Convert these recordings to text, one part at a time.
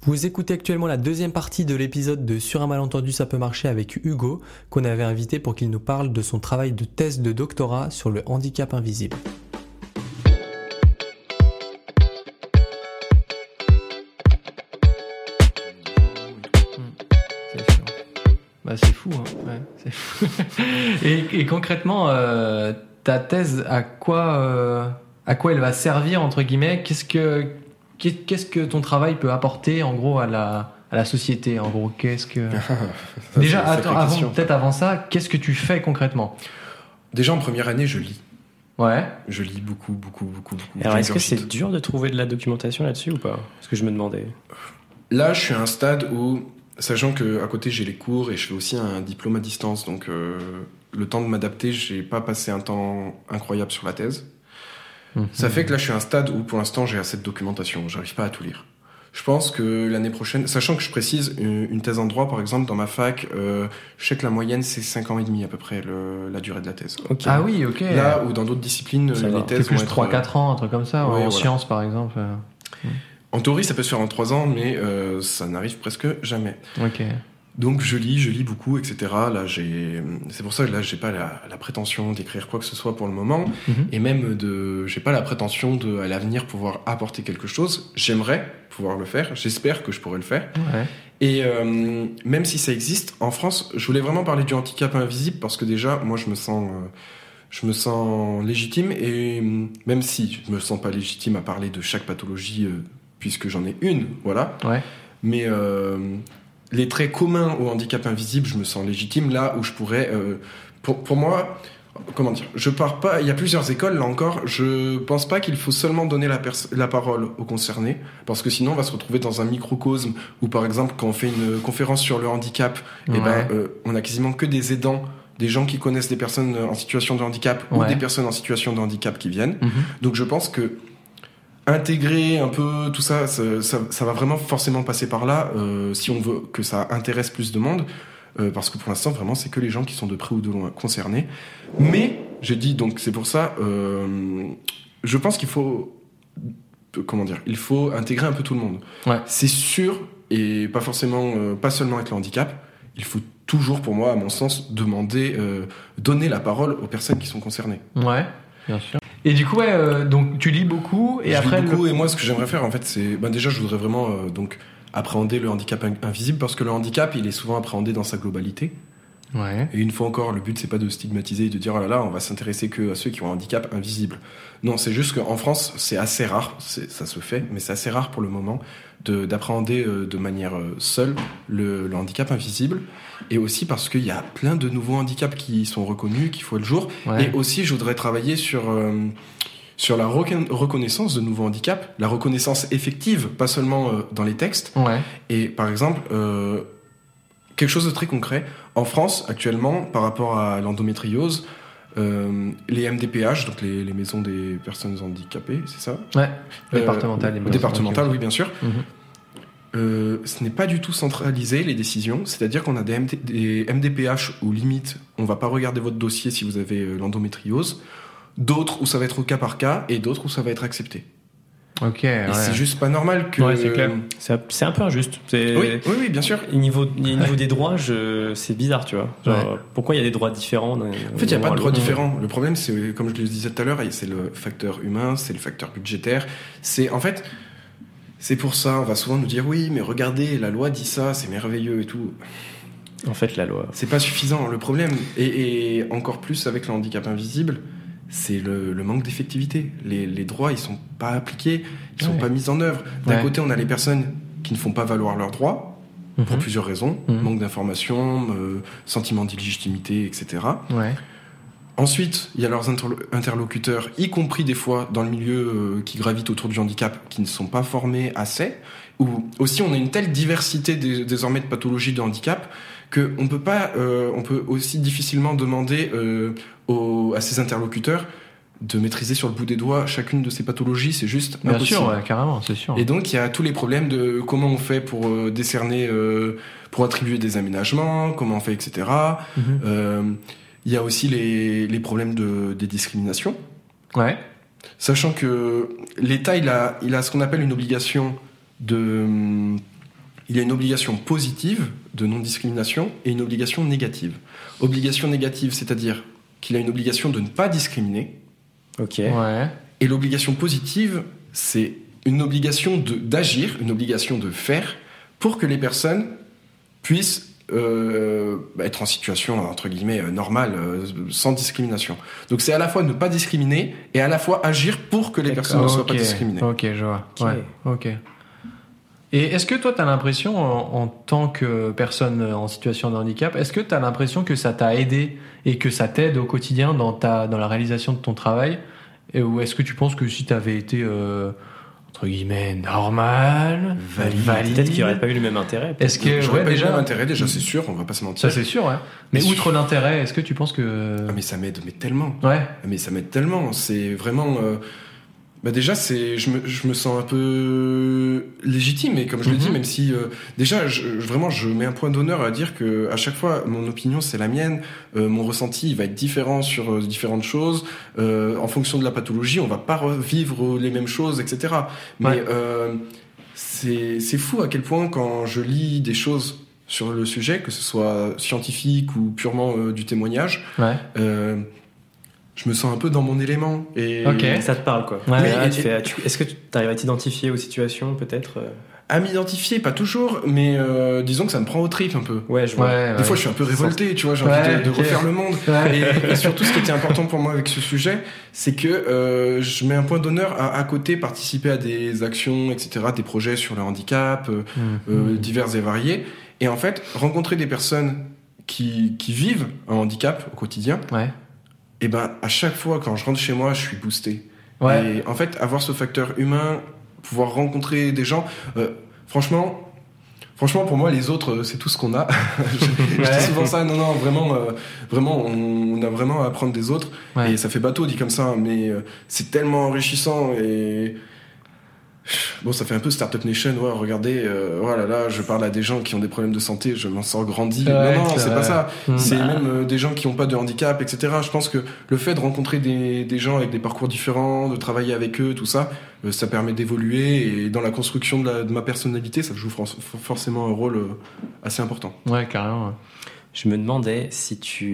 Vous écoutez actuellement la deuxième partie de l'épisode de Sur un malentendu ça peut marcher avec Hugo, qu'on avait invité pour qu'il nous parle de son travail de thèse de doctorat sur le handicap invisible. C'est fou, hein. Ouais, c'est fou. Et concrètement, ta thèse, à quoi elle va servir, entre guillemets? Qu'est-ce que ton travail peut apporter, en gros, à la société? En gros, Déjà, avant ça, qu'est-ce que tu fais concrètement? Déjà, en première année, je lis. Ouais. Je lis beaucoup. Alors, est-ce que c'est dur de trouver de la documentation là-dessus ou pas? Parce que je me demandais. Là, je suis à un stade où, sachant qu'à côté, j'ai les cours et je fais aussi un diplôme à distance, donc le temps de m'adapter, j'ai pas passé un temps incroyable sur la thèse. Ça fait que là, je suis à un stade où, pour l'instant, j'ai assez de documentation. J'arrive pas à tout lire. Je pense que l'année prochaine, sachant que je précise, une thèse en droit, par exemple, dans ma fac, je sais que la moyenne, c'est 5 ans et demi à peu près, la durée de la thèse. Okay. Ah oui, ok. Là, ou dans d'autres disciplines, les thèses vont être 3-4 ans, un truc comme ça, en sciences, par exemple. En théorie, ça peut se faire en 3 ans, mais ça n'arrive presque jamais. Ok. Donc je lis beaucoup, etc. Là, c'est pour ça que là, j'ai pas la prétention d'écrire quoi que ce soit pour le moment, et même j'ai pas la prétention à l'avenir pouvoir apporter quelque chose. J'aimerais pouvoir le faire. J'espère que je pourrai le faire. Ouais. Et même si ça existe en France, je voulais vraiment parler du handicap invisible parce que déjà, moi, je me sens légitime, et même si je me sens pas légitime à parler de chaque pathologie, puisque j'en ai une, voilà. Ouais. Mais les traits communs au handicap invisible, je me sens légitime là où je pourrais. Pour moi, comment dire, je pars pas. Il y a plusieurs écoles là encore. Je pense pas qu'il faut seulement donner la parole aux concernés, parce que sinon on va se retrouver dans un microcosme où, par exemple, quand on fait une conférence sur le handicap, on a quasiment que des aidants, des gens qui connaissent des personnes en situation de handicap ou des personnes en situation de handicap qui viennent. Donc je pense que intégrer un peu tout ça, ça va vraiment forcément passer par là, si on veut que ça intéresse plus de monde, parce que pour l'instant, vraiment, c'est que les gens qui sont de près ou de loin concernés. Mais, j'ai dit, donc c'est pour ça, je pense qu'il faut, il faut intégrer un peu tout le monde. Ouais. C'est sûr, et pas forcément, pas seulement avec le handicap, il faut toujours, pour moi, à mon sens, donner la parole aux personnes qui sont concernées. Ouais, bien sûr. Et du coup, donc tu lis beaucoup, et après... Et moi, ce que j'aimerais faire, en fait, c'est... déjà, je voudrais vraiment appréhender le handicap invisible, parce que le handicap, il est souvent appréhendé dans sa globalité. Ouais. Et une fois encore, le but, c'est pas de stigmatiser et de dire, oh là là, on va s'intéresser que à ceux qui ont un handicap invisible. Non, c'est juste qu'en France, c'est assez rare, ça se fait, mais c'est assez rare pour le moment, d'appréhender de manière seule le handicap invisible. Et aussi parce qu'il y a plein de nouveaux handicaps qui sont reconnus, qui font le jour. Ouais. Et aussi, je voudrais travailler sur la reconnaissance de nouveaux handicaps, la reconnaissance effective, pas seulement dans les textes. Ouais. Et par exemple, quelque chose de très concret, en France, actuellement, par rapport à l'endométriose, les MDPH, donc les maisons des personnes handicapées, c'est ça ? Ouais, départementales. Départementales, oui, bien sûr. Ce n'est pas du tout centralisé, les décisions, c'est-à-dire qu'on a des MDPH où limite on va pas regarder votre dossier si vous avez l'endométriose, d'autres où ça va être au cas par cas et d'autres où ça va être accepté. Ok. Et c'est juste pas normal que... Ouais, c'est clair. C'est un peu injuste. Oui, bien sûr. Niveau des droits, c'est bizarre, tu vois. Genre, pourquoi il y a des droits différents En fait, il n'y a pas de droits différents. Le problème, c'est, comme je le disais tout à l'heure, c'est le facteur humain, c'est le facteur budgétaire. C'est pour ça, on va souvent nous dire, oui, mais regardez, la loi dit ça, c'est merveilleux et tout. En fait, la loi... C'est pas suffisant. Le problème, et encore plus avec le handicap invisible, c'est le manque d'effectivité. Les droits, ils sont pas appliqués, ils sont pas mis en œuvre. D'un côté, on a les personnes qui ne font pas valoir leurs droits, pour plusieurs raisons. Manque d'information, sentiment d'illégitimité, etc. Ouais. Ensuite, il y a leurs interlocuteurs, y compris des fois dans le milieu qui gravite autour du handicap, qui ne sont pas formés assez. Ou aussi, on a une telle diversité désormais de pathologies de handicap qu'on peut pas, on peut aussi difficilement demander à ces interlocuteurs de maîtriser sur le bout des doigts chacune de ces pathologies. C'est juste impossible. Bien sûr, ouais, carrément, c'est sûr. Et donc, il y a tous les problèmes de comment on fait pour décerner, pour attribuer des aménagements, comment on fait, etc. Il y a aussi les problèmes des discriminations. Ouais. Sachant que l'État, il a ce qu'on appelle une obligation de il y a une obligation positive de non-discrimination et une obligation négative. Obligation négative, c'est-à-dire qu'il a une obligation de ne pas discriminer. Ok. Ouais. Et l'obligation positive, c'est une obligation d'agir, une obligation de faire pour que les personnes puissent être en situation, entre guillemets, normale, sans discrimination. Donc c'est à la fois ne pas discriminer et à la fois agir pour que les personnes ne soient pas discriminées. Ok, je vois. Ok. Ouais, ok. Et est-ce que toi, tu as l'impression, en tant que personne en situation de handicap, est-ce que tu as l'impression que ça t'a aidé et que ça t'aide au quotidien dans la réalisation de ton travail? Ou est-ce que tu penses que si tu avais été, entre guillemets, normal, valide, Peut-être qu'il n'y aurait pas eu le même intérêt. Est-ce que J'aurais pas eu le déjà même intérêt, déjà, c'est sûr, on va pas se mentir. Ça, c'est sûr, ouais. Mais outre l'intérêt, est-ce que tu penses que... Ah, mais ça m'aide, mais tellement. Ouais. Mais ça m'aide tellement. C'est vraiment. Déjà, je me sens un peu légitime, et comme je le dis, même si déjà, vraiment, je mets un point d'honneur à dire que à chaque fois, mon opinion c'est la mienne, mon ressenti il va être différent sur différentes choses, en fonction de la pathologie, on va pas revivre les mêmes choses, etc. Mais c'est fou à quel point quand je lis des choses sur le sujet, que ce soit scientifique ou purement du témoignage. Ouais. Je me sens un peu dans mon élément. Et ça te parle, quoi. Ouais. Est-ce que tu arrives à t'identifier aux situations, peut-être À m'identifier, pas toujours, mais disons que ça me prend au trip un peu. Ouais, je vois. Des fois, je suis un peu révolté, tu vois, j'ai envie de refaire le monde. Et surtout, ce qui était important pour moi avec ce sujet, c'est que je mets un point d'honneur à côté participer à des actions, etc., des projets sur le handicap, divers et variés. Et en fait, rencontrer des personnes qui vivent un handicap au quotidien, et ben à chaque fois quand je rentre chez moi, je suis boosté. Ouais. Et en fait, avoir ce facteur humain, pouvoir rencontrer des gens, franchement pour moi les autres c'est tout ce qu'on a. Je dis souvent ça. Non, vraiment on a vraiment à apprendre des autres. Et ça fait bateau dit comme ça, mais c'est tellement enrichissant. Et bon, ça fait un peu Startup Nation, regardez, oh là là, je parle à des gens qui ont des problèmes de santé, je m'en sors grandi. Non, c'est pas ça. C'est même des gens qui n'ont pas de handicap, etc. Je pense que le fait de rencontrer des gens avec des parcours différents, de travailler avec eux, tout ça, ça permet d'évoluer, et dans la construction de ma personnalité, ça joue forcément un rôle assez important. Ouais, carrément. Ouais. Je me demandais si tu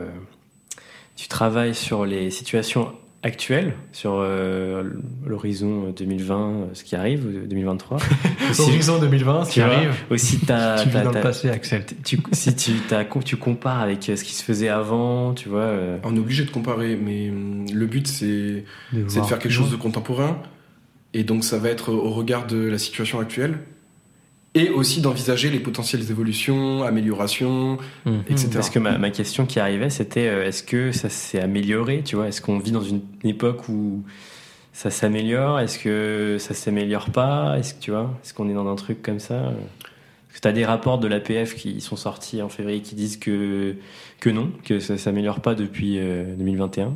travailles sur les situations actuelle sur l'horizon 2020, ce qui arrive, ou 2023. L'horizon 2020, ce qui arrive. Aussi, tu vis dans le passé, Axel. Si tu compares avec ce qui se faisait avant, tu vois. On est obligé de comparer, mais le but c'est de faire quelque chose de contemporain, et donc ça va être au regard de la situation actuelle. Et aussi d'envisager les potentielles évolutions, améliorations, etc. Parce que ma question qui arrivait, c'était est-ce que ça s'est amélioré, tu vois ? Est-ce qu'on vit dans une époque où ça s'améliore ? Est-ce que ça s'améliore pas ? Est-ce qu'on est dans un truc comme ça ? Parce que tu as des rapports de l'APF qui sont sortis en février qui disent que non, que ça s'améliore pas depuis 2021.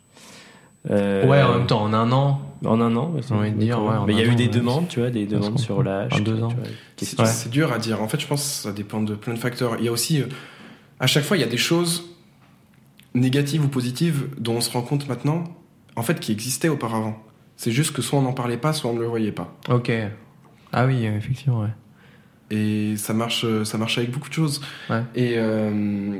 Ouais, en même temps, en un an. En un an, j'ai envie de dire. Mais il y a eu des demandes, tu vois, des demandes sur l'âge. En 2 ans. C'est dur à dire. En fait, je pense que ça dépend de plein de facteurs. Il y a aussi, à chaque fois, il y a des choses négatives ou positives dont on se rend compte maintenant, en fait, qui existaient auparavant. C'est juste que soit on n'en parlait pas, soit on ne le voyait pas. Ok. Ah oui, effectivement, ouais. Et ça marche avec beaucoup de choses. Ouais. Et il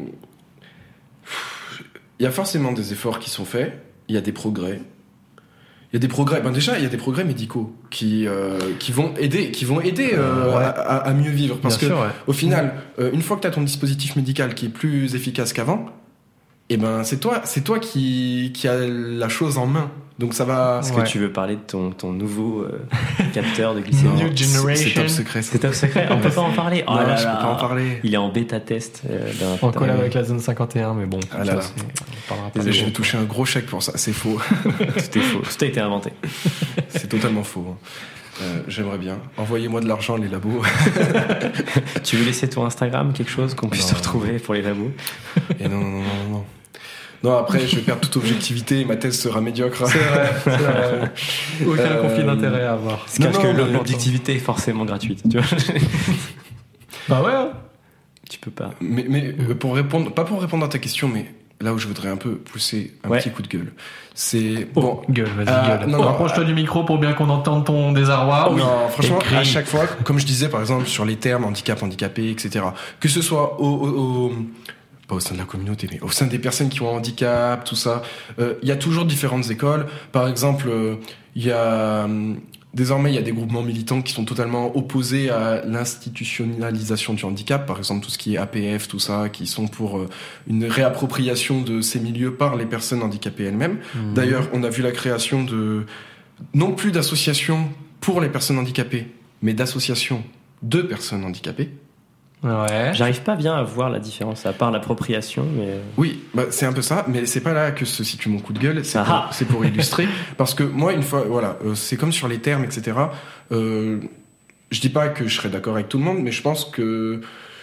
y a forcément des efforts qui sont faits. Il y a des progrès. Il y a des progrès. Déjà, il y a des progrès médicaux qui vont aider, à mieux vivre. Parce que, au final, une fois que tu as ton dispositif médical qui est plus efficace qu'avant, c'est toi qui as la chose en main. Donc ça va. Est-ce que tu veux parler de ton nouveau capteur de glycémie? New Generation. C'est top secret. C'est top secret. On peut pas en parler. Oh là là, je peux pas en parler. Il est en bêta test. En collab avec la zone 51, mais bon. Ah là là. On parlera pas. Désolé, j'ai touché un gros chèque pour ça. C'est faux. Tout est faux. Tout a été inventé. C'est totalement faux. J'aimerais bien. Envoyez-moi de l'argent, les labos. Tu veux laisser ton Instagram, quelque chose qu'on puisse te retrouver pour les labos? Et non. Non, après, je vais perdre toute objectivité et ma thèse sera médiocre. C'est vrai. Aucun conflit d'intérêt à avoir. Parce que l'objectivité est forcément gratuite, tu vois. Bah ouais. Tu peux pas. Mais pour répondre, pas pour répondre à ta question, mais là où je voudrais un peu pousser un Ouais. petit coup de gueule, c'est Bon, gueule, vas-y, gueule. non, Rapproche-toi du micro pour bien qu'on entende ton désarroi. Non, franchement, Écris. à chaque fois, comme je disais par exemple sur les termes handicap, handicapé, etc., que ce soit pas au sein de la communauté, mais au sein des personnes qui ont un handicap, tout ça, il y a toujours différentes écoles. Par exemple, désormais, il y a des groupements militants qui sont totalement opposés à l'institutionnalisation du handicap, par exemple tout ce qui est APF, tout ça, qui sont pour une réappropriation de ces milieux par les personnes handicapées elles-mêmes. D'ailleurs, on a vu la création non plus d'associations pour les personnes handicapées, mais d'associations de personnes handicapées. Ouais. J'arrive pas bien à voir la différence, à part l'appropriation, mais... Oui, c'est un peu ça, mais c'est pas là que se situe mon coup de gueule, Ah. c'est pour illustrer, parce que moi, une fois, voilà, c'est comme sur les termes, etc. Je dis pas que je serais d'accord avec tout le monde, mais je pense que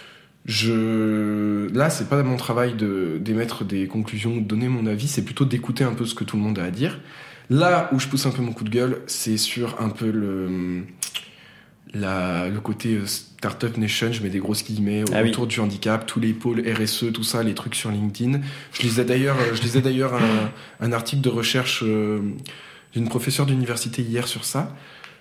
là, c'est pas mon travail d'émettre des conclusions ou de donner mon avis, c'est plutôt d'écouter un peu ce que tout le monde a à dire. Là où je pousse un peu mon coup de gueule, c'est sur un peu le côté Startup Nation, je mets des grosses guillemets autour du handicap, tous les pôles RSE, tout ça, les trucs sur LinkedIn. Je lisais d'ailleurs un article de recherche d'une professeure d'université hier sur ça.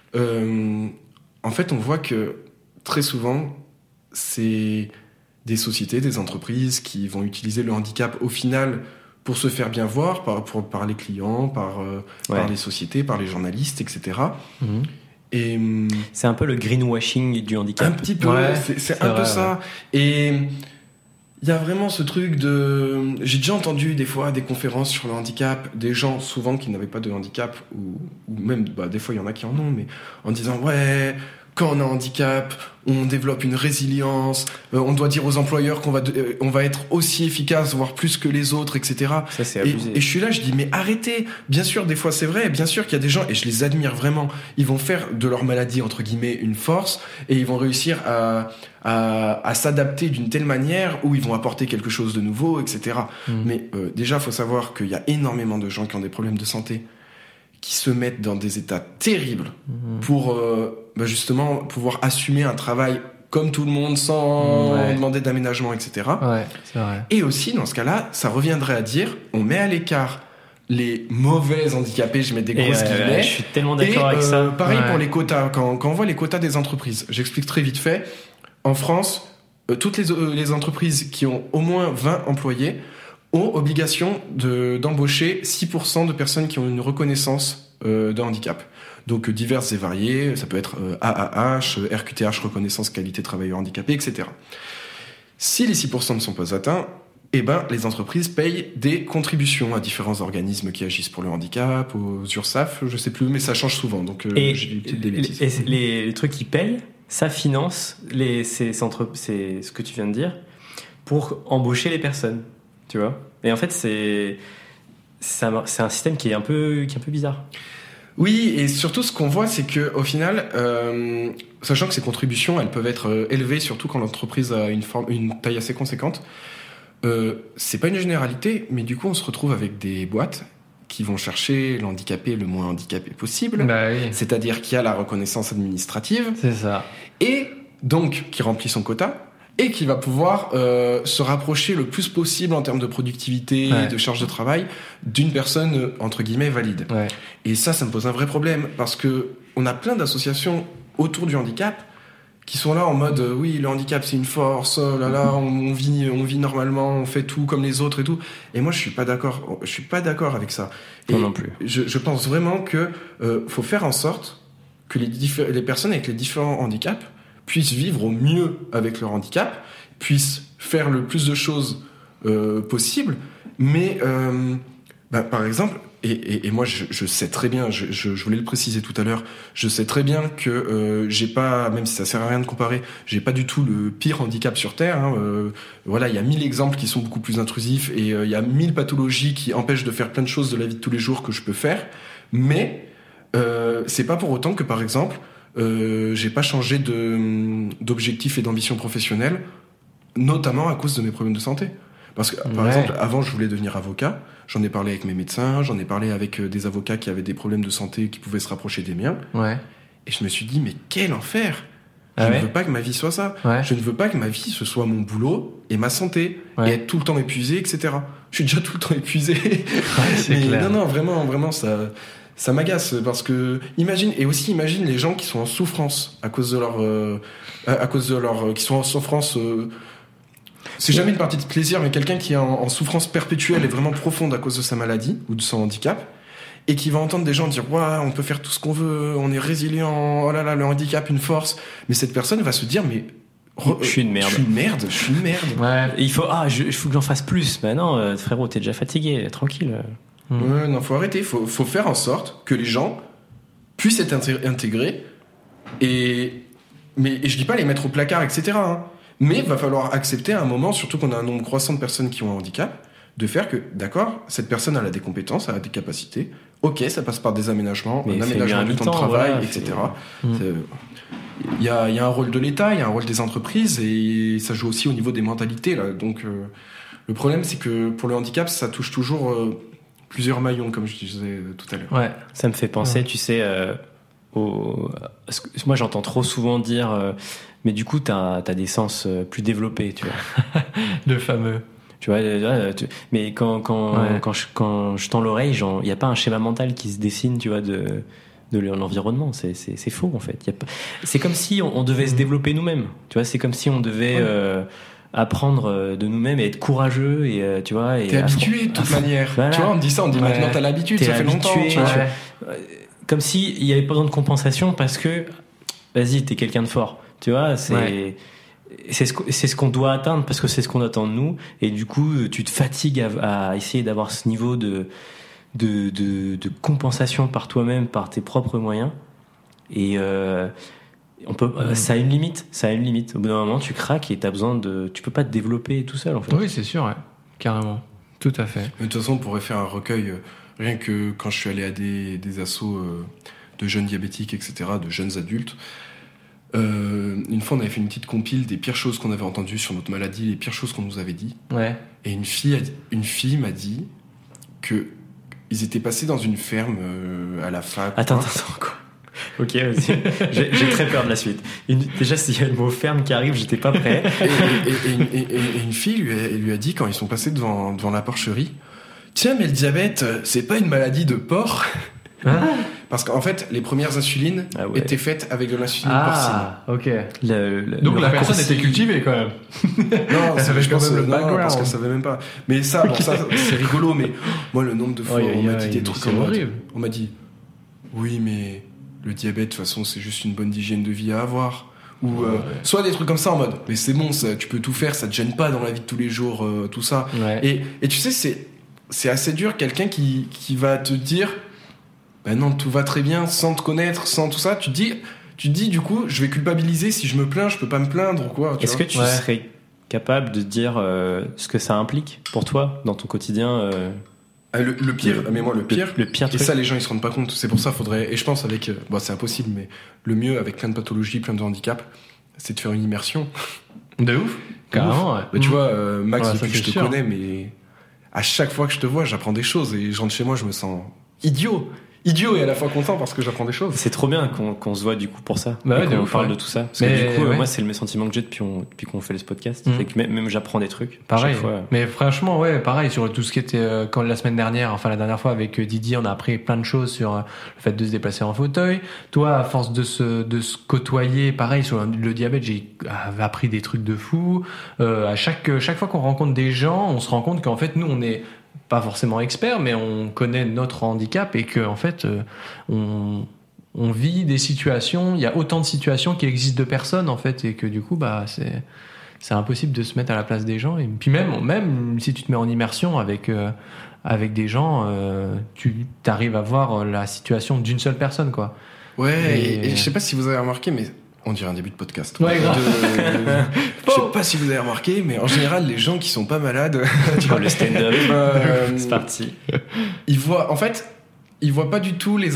En fait, on voit que très souvent, c'est des sociétés, des entreprises qui vont utiliser le handicap au final pour se faire bien voir par les clients, par les sociétés, par les journalistes, etc. Mhm. Et C'est un peu le greenwashing du handicap. un petit peu, Ouais, c'est un vrai, peu ça. Et il y a vraiment ce truc de... J'ai déjà entendu des fois des conférences sur le handicap, des gens souvent qui n'avaient pas de handicap, ou même, des fois il y en a qui en ont, mais en disant ouais, quand on a un handicap, on développe une résilience, on doit dire aux employeurs on va être aussi efficace, voire plus que les autres, etc. Ça, c'est abusé. Et je suis là, je dis, mais arrêtez. Bien sûr, des fois, c'est vrai. Bien sûr qu'il y a des gens, et je les admire vraiment, ils vont faire de leur maladie, entre guillemets, une force, et ils vont réussir à s'adapter d'une telle manière où ils vont apporter quelque chose de nouveau, etc. Mais déjà, il faut savoir qu'il y a énormément de gens qui ont des problèmes de santé, qui se mettent dans des états terribles pour justement pouvoir assumer un travail comme tout le monde sans demander d'aménagement, etc. Ouais, c'est vrai. Et aussi, dans ce cas-là, ça reviendrait à dire, on met à l'écart les mauvais handicapés, je mets des grosses guillemets. Je suis tellement d'accord avec ça. Pareil pour les quotas, quand on voit les quotas des entreprises, j'explique très vite fait, en France, toutes les entreprises qui ont au moins 20 employés ont obligation d'embaucher 6% de personnes qui ont une reconnaissance de handicap. Donc diverses et variées, ça peut être AAH, RQTH, reconnaissance qualité travailleur handicapé, etc. Si les 6% ne sont pas atteints, les entreprises payent des contributions à différents organismes qui agissent pour le handicap, aux URSSAF, je sais plus, mais ça change souvent, donc j'ai dit peut-être des bêtises. Et les trucs qui payent, ça finance c'est ce que tu viens de dire, pour embaucher les personnes, tu vois. Et en fait, c'est un système qui est un peu bizarre. Oui, et surtout ce qu'on voit, c'est que au final, sachant que ces contributions, elles peuvent être élevées, surtout quand l'entreprise a une taille assez conséquente, c'est pas une généralité, mais du coup, on se retrouve avec des boîtes qui vont chercher l'handicapé le moins handicapé possible, c'est-à-dire qui a la reconnaissance administrative, c'est ça, et donc qui remplit son quota. Et qui va pouvoir se rapprocher le plus possible en termes de productivité, de charge de travail, d'une personne entre guillemets valide. Ouais. Et ça me pose un vrai problème parce que on a plein d'associations autour du handicap qui sont là en mode oui, le handicap c'est une force, oh là là, on vit normalement, on fait tout comme les autres et tout. Et moi je suis pas d'accord avec ça. Moi non plus. Je pense vraiment que faut faire en sorte que les personnes avec les différents handicaps puissent vivre au mieux avec leur handicap, puissent faire le plus de choses possible, mais par exemple, et moi je sais très bien, je voulais le préciser tout à l'heure, je sais très bien que j'ai pas, même si ça sert à rien de comparer, j'ai pas du tout le pire handicap sur Terre. Voilà, il y a 1000 exemples qui sont beaucoup plus intrusifs et il y a 1000 pathologies qui empêchent de faire plein de choses de la vie de tous les jours que je peux faire, mais c'est pas pour autant que par exemple j'ai pas changé d'objectif et d'ambition professionnelle, notamment à cause de mes problèmes de santé. Parce que, par exemple, avant, je voulais devenir avocat. J'en ai parlé avec mes médecins, j'en ai parlé avec des avocats qui avaient des problèmes de santé qui pouvaient se rapprocher des miens. Ouais. Et je me suis dit, mais quel enfer! Je Ah ne ouais veux pas que ma vie soit ça. Ouais. Je ne veux pas que ma vie, ce soit mon boulot et ma santé. Ouais. Et être tout le temps épuisé, etc. Je suis déjà tout le temps épuisé. c'est Mais clair. non, vraiment, ça m'agace. Parce que, imagine les gens qui sont en souffrance à cause de leur, qui sont en souffrance, c'est jamais une partie de plaisir, mais quelqu'un qui est en souffrance perpétuelle et vraiment profonde à cause de sa maladie ou de son handicap, et qui va entendre des gens dire ouais, on peut faire tout ce qu'on veut, on est résilient, oh là là, le handicap, une force. Mais cette personne va se dire mais Je suis une merde. Je suis une merde. Ouais. Et il faut que j'en fasse plus. Mais non, frérot, t'es déjà fatigué, tranquille. Ouais, non, faut arrêter. Faut faire en sorte que les gens puissent être intégrés. Et je dis pas les mettre au placard, etc. Hein. Mais il va falloir accepter à un moment, surtout qu'on a un nombre croissant de personnes qui ont un handicap, de faire que, d'accord, cette personne elle a des compétences, elle a des capacités. Ok, ça passe par des aménagements, Mais un fais-lui aménagement un du temps de mi-temps, travail, voilà, etc. Mm. Il y a un rôle de l'État, il y a un rôle des entreprises, et ça joue aussi au niveau des mentalités. Là. Donc, le problème, c'est que pour le handicap, ça touche toujours plusieurs maillons, comme je disais tout à l'heure. Ouais. Ça me fait penser, tu sais, moi j'entends trop souvent dire, mais du coup t'as des sens plus développés, tu vois. Le fameux. Tu vois, mais quand je tends l'oreille, il n'y a pas un schéma mental qui se dessine, tu vois, de l'environnement. C'est faux, en fait. C'est comme si on devait se développer nous-mêmes. Tu vois, c'est comme si on devait apprendre de nous-mêmes et être courageux. Et, tu vois, T'es habitué de toute manière. Voilà. Tu vois, on me dit ça, on me dit maintenant t'as l'habitude, T'es ça fait longtemps. habitué, Tu vois. Ouais. Comme s'il n'y avait pas besoin de compensation parce que, vas-y, t'es quelqu'un de fort. Tu vois, c'est ce qu'on doit atteindre parce que c'est ce qu'on attend de nous, et du coup tu te fatigues à essayer d'avoir ce niveau de compensation par toi-même, par tes propres moyens, et ça a une limite. Au bout d'un moment tu craques et tu peux pas te développer tout seul, en fait. Oui, c'est sûr, ouais. Carrément. Tout à fait. Mais de toute façon, on pourrait faire un recueil, rien que quand je suis allé à des assos de jeunes diabétiques, etc., de jeunes adultes. Une fois, on avait fait une petite compile des pires choses qu'on avait entendues sur notre maladie, les pires choses qu'on nous avait dit. Ouais. Et une fille m'a dit que ils étaient passés dans une ferme à la fac. Attends, quoi. Ok, vas-y. J'ai très peur de la suite. Déjà, s'il y a le mot ferme qui arrive, j'étais pas prêt. Et une fille lui a dit, quand ils sont passés devant la porcherie, tiens, mais le diabète, c'est pas une maladie de porc. Parce qu'en fait, les premières insulines étaient faites avec de l'insuline porcine. Ah, ok. Donc la personne était cultivée quand même. Non, Elle savait je quand pense même le non, background. parce qu'elle savait même pas. Mais ça, bon, ça c'est rigolo. Mais moi, le nombre de fois, on m'a dit des trucs comme on m'a dit, oui, mais le diabète, de toute façon, c'est juste une bonne hygiène de vie à avoir. Ou soit des trucs comme ça en mode, mais c'est bon, ça, tu peux tout faire, ça te gêne pas dans la vie de tous les jours, tout ça. Ouais. Et tu sais, c'est assez dur, quelqu'un qui va te dire, ben non, tout va très bien, sans te connaître, sans tout ça. Tu te dis, du coup, je vais culpabiliser si je me plains, je peux pas me plaindre ou quoi. Est-ce que tu serais capable de dire ce que ça implique pour toi dans ton quotidien le pire, mais moi le pire et truc. Ça, les gens ils se rendent pas compte. C'est pour ça, faudrait. Et je pense avec, bon, c'est impossible, mais le mieux avec plein de pathologies, plein de handicaps, c'est de faire une immersion. De ouf. Carrément. Ouais. Bah, tu vois, Max, Ouais, depuis que je te connais, mais à chaque fois que je te vois, j'apprends des choses et je rentre chez moi, je me sens idiot et à la fois content parce que j'apprends des choses. C'est trop bien qu'on se voit du coup pour ça, bah ouais, et qu'on ouf, parle ouais. de tout ça. Parce que du coup, ouais. moi, c'est le sentiment que j'ai depuis qu'on fait ce podcast. Mm. C'est que même j'apprends des trucs. Pareil. Chaque fois. Mais franchement, ouais, pareil sur tout ce qui était quand la semaine dernière, enfin la dernière fois avec Didier, on a appris plein de choses sur le fait de se déplacer en fauteuil. Toi, à force de se côtoyer, pareil sur le diabète, j'ai appris des trucs de fou. À chaque fois qu'on rencontre des gens, on se rend compte qu'en fait, nous, on est pas forcément experts, mais on connaît notre handicap et que en fait, on vit des situations. Il y a autant de situations qu'il existe de personnes en fait, et que du coup, bah c'est impossible de se mettre à la place des gens. Et puis même si tu te mets en immersion avec des gens, tu arrives à voir la situation d'une seule personne, quoi. Ouais. Et je sais pas si vous avez remarqué, mais on dirait un début de podcast. Ouais, grave. Je sais pas si vous avez remarqué, mais en général, les gens qui sont pas malades, Tu vois, le stand-up, c'est parti. ils voient pas du tout les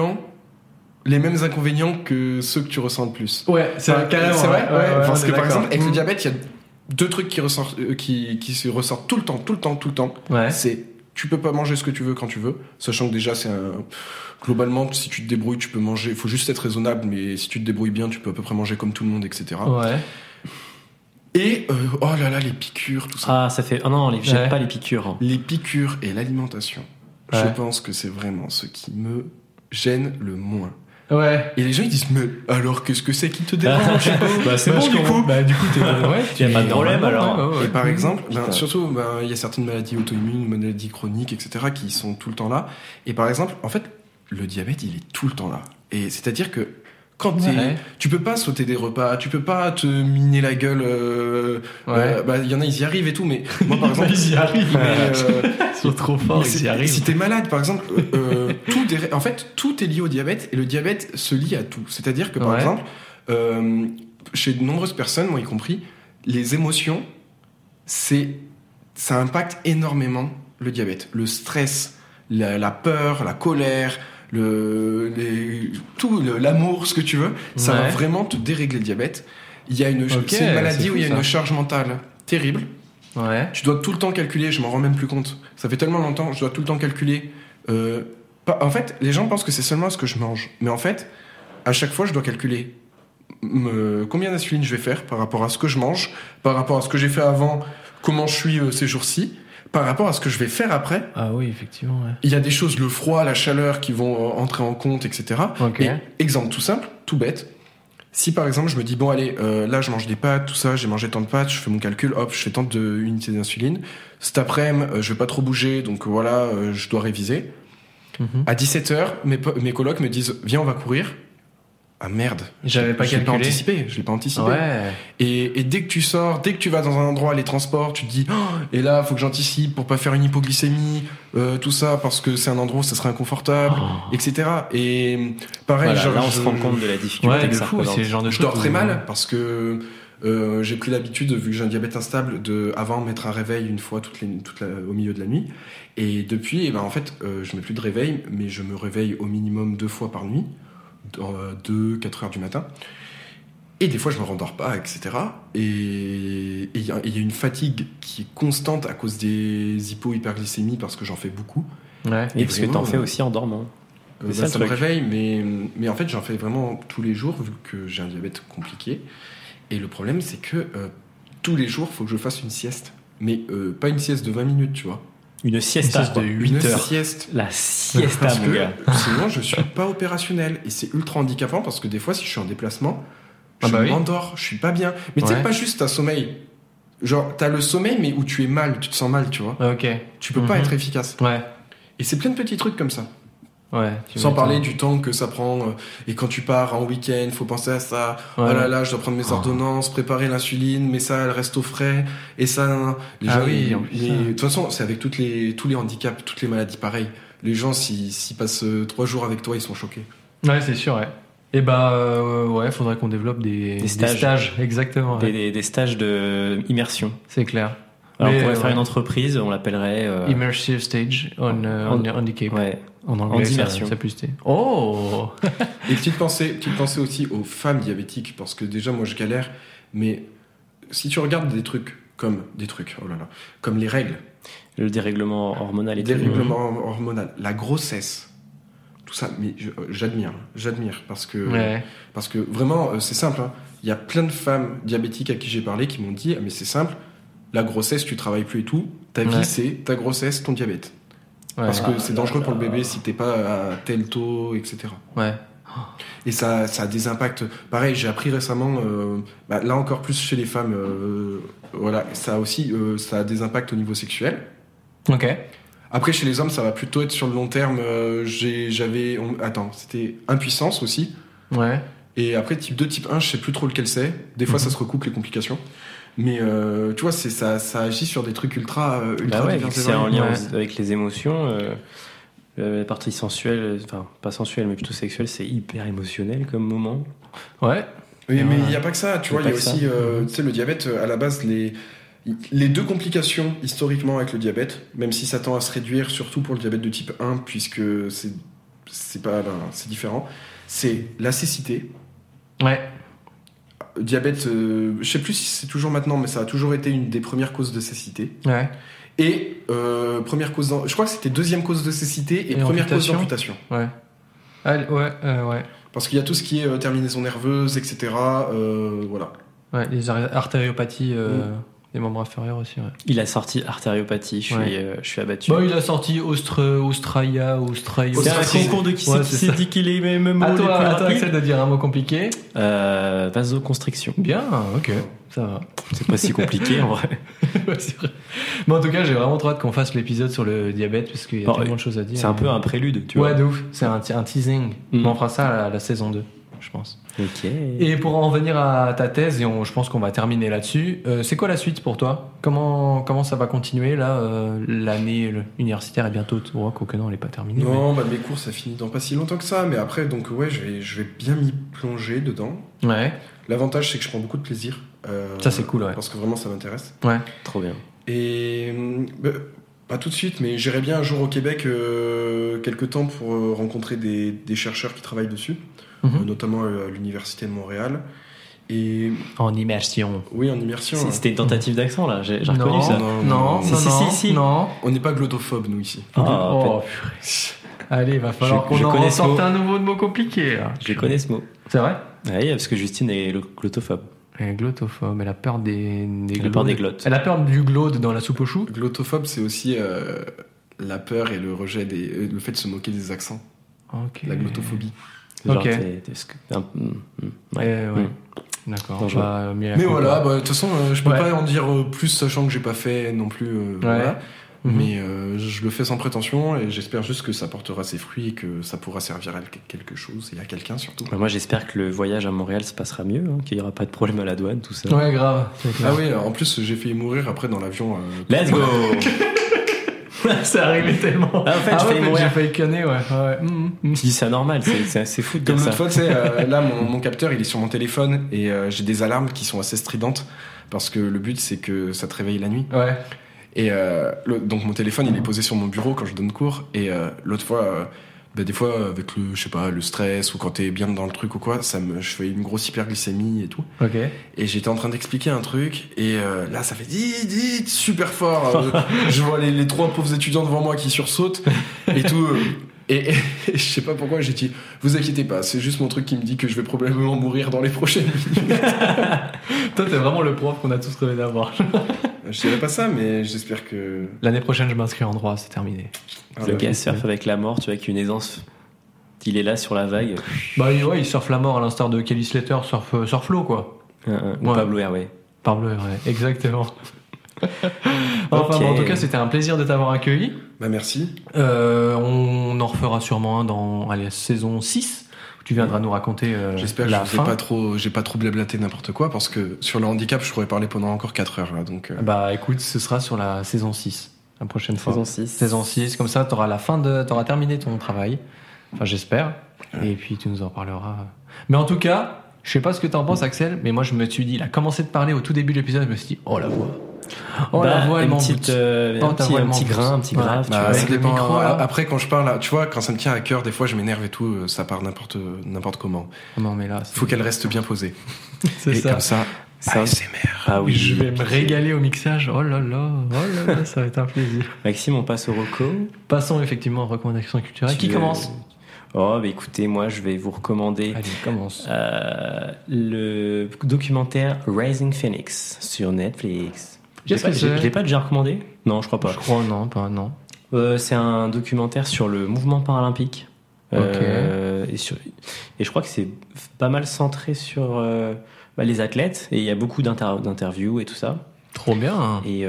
mêmes inconvénients que ceux que tu ressens le plus. Ouais, c'est carrément. C'est vrai, ouais, parce que par exemple, avec le Mm. diabète, il y a deux trucs qui se ressortent tout le temps. Ouais. C'est tu peux pas manger ce que tu veux quand tu veux, sachant que déjà globalement, si tu te débrouilles, tu peux manger. Il faut juste être raisonnable, mais si tu te débrouilles bien, tu peux à peu près manger comme tout le monde, etc. Ouais. Et oh là là, les piqûres, tout ça. Ah, ça fait. Oh non, j'aime pas les piqûres. Hein. Les piqûres et l'alimentation. Ouais. Je pense que c'est vraiment ce qui me gêne le moins. Ouais. Et les gens ils disent mais alors qu'est-ce que c'est qui te dérange? Bah, c'est Bah, bon, je du comprends. coup. Bah, du coup, t'es. Ouais, Y a pas de problème, alors. Ouais. Et par exemple, Putain. surtout, il y a certaines maladies auto-immunes, maladies chroniques, etc., qui sont tout le temps là. Et par exemple, en fait, le diabète, il est tout le temps là. Et c'est-à-dire que quand tu peux pas sauter des repas, tu peux pas te miner la gueule. Il y en a, ils y arrivent et tout, mais moi, par exemple, Ils y arrivent. Ils sont trop forts, mais ils y arrivent. si t'es malade, par exemple, en fait, tout est lié au diabète et le diabète se lie à tout. C'est-à-dire que, par exemple, chez de nombreuses personnes, moi y compris, les émotions, ça impacte énormément le diabète. Le stress, la peur, la colère, l'amour, ce que tu veux, ça va vraiment te dérégler le diabète. C'est une maladie où il y a une charge mentale terrible. Ouais. Tu dois tout le temps calculer, je m'en rends même plus compte. Ça fait tellement longtemps, je dois tout le temps calculer. En fait, les gens pensent que c'est seulement ce que je mange. Mais en fait, à chaque fois, je dois calculer combien d'insuline je vais faire par rapport à ce que je mange, par rapport à ce que j'ai fait avant, comment je suis ces jours-ci, par rapport à ce que je vais faire après. Ah oui, effectivement. Ouais. Il y a des choses, le froid, la chaleur qui vont entrer en compte, etc. Ok. Et, exemple tout simple, tout bête. Si par exemple je me dis bon allez là je mange des pâtes tout ça, j'ai mangé tant de pâtes, je fais mon calcul, hop je fais tant d'unités d'insuline. Cet après-midi je vais pas trop bouger donc voilà je dois réviser. À 17h mes colocs me disent viens on va courir. Ah merde, J'avais pas calculé. Je l'ai pas anticipé. Ouais. Et dès que tu sors, dès que tu vas dans un endroit, les transports, tu te dis, oh, et là, faut que j'anticipe pour pas faire une hypoglycémie, tout ça, parce que c'est un endroit où ça serait inconfortable, etc. Et pareil, Voilà, genre, là, on se rend compte de la difficulté Ouais, que de ça fou, représente. c'est le genre de je dors truc très où- mal parce que j'ai pris l'habitude, vu que j'ai un diabète instable, de avant mettre un réveil une fois au milieu de la nuit. Et depuis, en fait, je mets plus de réveil, mais je me réveille au minimum 2 fois par nuit. 2-4 heures du matin et des fois je me rendors pas, etc. Et il y a une fatigue qui est constante à cause des hypo-hyperglycémies parce que j'en fais beaucoup. Ouais. Et parce que vraiment, t'en fais aussi en dormant. C'est ça, le ça me truc. réveille, mais en fait j'en fais vraiment tous les jours vu que j'ai un diabète compliqué. Et le problème c'est que tous les jours faut que je fasse une sieste, mais pas une sieste de 20 minutes, tu vois. Une siesta sieste de quoi. 8 Une heures. sieste. La siesta, Parce mon que gars. sinon je suis pas opérationnel et c'est ultra handicapant parce que des fois si je suis en déplacement Ah je bah oui. m'endors, je suis pas bien, mais tu sais Ouais. pas juste t'as sommeil, genre t'as le sommeil mais où tu es mal, tu te sens mal, tu vois, Ok. tu peux pas être efficace Ouais. et c'est plein de petits trucs comme ça, Ouais. sans parler du temps que ça prend et quand tu pars en week-end faut penser à ça. Ouais. Oh là là je dois prendre mes ordonnances, préparer l'insuline, mais ça elle reste au frais et ça les Ah gens, oui, en plus, ça. de toute façon c'est avec tous les handicaps, toutes les maladies pareilles, les gens s'ils passent 3 jours avec toi ils sont choqués. Ouais, c'est sûr, ouais. Et ouais, faudrait qu'on développe des stages. exactement. Ouais. Des stages de immersion. C'est clair. Alors, Mais, on pourrait faire ouais. une entreprise, on l'appellerait. Immersive stage on handicap. Ouais. En anglais, ça, immersion. ça plus c'était. Oh. Et petite pensée aussi aux femmes diabétiques, parce que déjà moi je galère, mais si tu regardes comme les règles, Le dérèglement hormonal et tout. dérèglement hormonal, la grossesse, tout ça, mais j'admire, parce que vraiment c'est simple, hein. Il y a plein de femmes diabétiques à qui j'ai parlé qui m'ont dit ah, mais c'est simple, la grossesse tu travailles plus et tout, ta vie Ouais. c'est ta grossesse, ton diabète. Ouais. Parce que c'est dangereux pour le bébé si t'es pas à tel taux, etc. Ouais. Et ça a des impacts. Pareil, j'ai appris récemment, là encore plus chez les femmes, voilà, ça aussi, ça a des impacts au niveau sexuel. Ok. Après, chez les hommes, ça va plutôt être sur le long terme. C'était impuissance aussi. Ouais. Et après, type 2, type 1, je sais plus trop lequel c'est. Des fois, ça se recoupe les complications. Mais tu vois, ça agit sur des trucs ultra Bah ouais, vu divers que et c'est en variés. lien Ouais. avec les émotions. La partie sensuelle, enfin pas sensuelle mais plutôt sexuelle, c'est hyper émotionnel comme moment. Ouais. Oui, Et mais il voilà. n'y a pas que ça, tu Y a vois, il y a pas que ça. aussi, tu sais, le diabète, à la base, les deux complications historiquement avec le diabète, même si ça tend à se réduire, surtout pour le diabète de type 1, puisque c'est différent, c'est la cécité. Ouais. Diabète, je sais plus si c'est toujours maintenant, mais ça a toujours été une des premières causes de cécité. Ouais. Et première cause, je crois que c'était deuxième cause de cécité et première cause d'amputation. Ouais. Ouais. Parce qu'il y a tout ce qui est terminaison nerveuse, etc. Voilà. Ouais, les artériopathies des membres inférieurs aussi. Ouais. Il a sorti artériopathie, je suis abattu. Bon, il a sorti Australia. C'est un concours de qui s'est dit qu'il est même à toi, Axel, de dire un mot compliqué. Vasoconstriction. Bien, ok, ça va. C'est pas si compliqué en vrai. Ouais, c'est vrai. Mais en tout cas, j'ai vraiment trop hâte qu'on fasse l'épisode sur le diabète parce qu'il y a tellement de choses à dire. C'est un peu un prélude, tu vois. Ouais, de ouf. C'est un teasing. On fera ça à la saison 2, je pense. Ok. Et pour en revenir à ta thèse, et je pense qu'on va terminer là-dessus, c'est quoi la suite pour toi ? Comment ça va continuer là l'année universitaire est bientôt quoique non, elle n'est pas terminée. Non, mes cours ça finit dans pas si longtemps que ça, mais après donc ouais, je vais bien m'y plonger dedans. Ouais. L'avantage c'est que je prends beaucoup de plaisir. Ça c'est cool, ouais. Parce que vraiment ça m'intéresse. Ouais. Trop bien. Et pas tout de suite, mais j'irai bien un jour au Québec quelques temps pour rencontrer des chercheurs qui travaillent dessus. Notamment à l'université de Montréal. Et en immersion. Oui, en immersion. C'était une tentative d'accent là, j'ai reconnu ça. Non. On n'est pas glottophobe nous ici. Allez, il va falloir qu'on en sorte un nouveau mot compliqué. Là. Je connais ce mot. C'est vrai ? Oui, parce que Justine est glottophobe. Elle est glottophobe, elle a peur des glottes. Elle a peur du glaude dans la soupe aux choux. Glottophobe, c'est aussi la peur et le rejet le fait de se moquer des accents. Okay. La glottophobie. Genre, ok. Ouais. D'accord. Mais voilà, de toute façon, je peux pas en dire plus, sachant que j'ai pas fait non plus. Voilà. Mais je le fais sans prétention et j'espère juste que ça portera ses fruits et que ça pourra servir à quelque chose et à quelqu'un surtout. Moi, j'espère que le voyage à Montréal se passera mieux, qu'il y aura pas de problème à la douane, tout ça. Ouais, grave. Ah oui, en plus j'ai failli mourir après dans l'avion. Let's go. C'est arrivé tellement. Ah, en fait, j'ai failli conner, ouais. Je dis c'est anormal, c'est fou de comme dire ça. l'autre fois, tu sais, là mon capteur il est sur mon téléphone et j'ai des alarmes qui sont assez stridentes parce que le but c'est que ça te réveille la nuit. Ouais. Et donc mon téléphone il est posé sur mon bureau quand je donne cours et l'autre fois des fois avec le stress ou quand t'es bien dans le truc ou quoi, je fais une grosse hyperglycémie et tout. Ok. Et j'étais en train d'expliquer un truc et là ça fait dit super fort. Je vois les trois pauvres étudiants devant moi qui sursautent et tout. Et je sais pas pourquoi j'ai dit vous inquiétez pas, c'est juste mon truc qui me dit que je vais probablement mourir dans les prochaines minutes. Toi t'es vraiment le prof qu'on a tous rêvé d'avoir. Je dirais pas ça, mais j'espère que l'année prochaine je m'inscris en droit, c'est terminé. Le gars surfe avec la mort, tu vois, avec une aisance. Il est là sur la vague. Bah ouais, il surfe la mort à l'instar de Kelly Slater sur Flo quoi. Ou Pablo Airway. Pablo Airway, exactement. Enfin, en tout cas, c'était un plaisir de t'avoir accueilli. Bah merci. On en refera sûrement un dans la saison 6 où tu viendras nous raconter j'espère que j'ai pas trop blablaté n'importe quoi parce que sur le handicap, je pourrais parler pendant encore 4 heures là, donc Bah écoute, ce sera sur la saison 6 la prochaine fois. Saison 6, comme ça t'auras terminé ton travail. Enfin, j'espère. Ouais. Et puis tu nous en parleras. Mais en tout cas, je sais pas ce que t'en penses Axel, mais moi je me suis dit, il a commencé de parler au tout début de l'épisode, je me suis dit oh la voix. La voix, un petit grain, un petit grave. Bah, ça dépend. Micro, après, quand je parle, tu vois, quand ça me tient à cœur, des fois, je m'énerve et tout, ça part n'importe comment. Non, mais là, faut qu'elle reste bien posée. C'est ça. Comme ça. ASMR. Ah oui. Je vais me régaler au mixage. Oh là là, ça va être un plaisir. Maxime, on passe au reco. Passons effectivement aux recommandations culturelles. Qui commence ? Oh, bah écoutez, moi je vais vous recommander. Allez, commence. Le documentaire Rising Phoenix sur Netflix. Je l'ai pas déjà recommandé ? Non, je crois pas. Je crois non. C'est un documentaire sur le mouvement paralympique. Okay. Et je crois que c'est pas mal centré sur les athlètes. Et il y a beaucoup d'interviews et tout ça. Trop bien. Et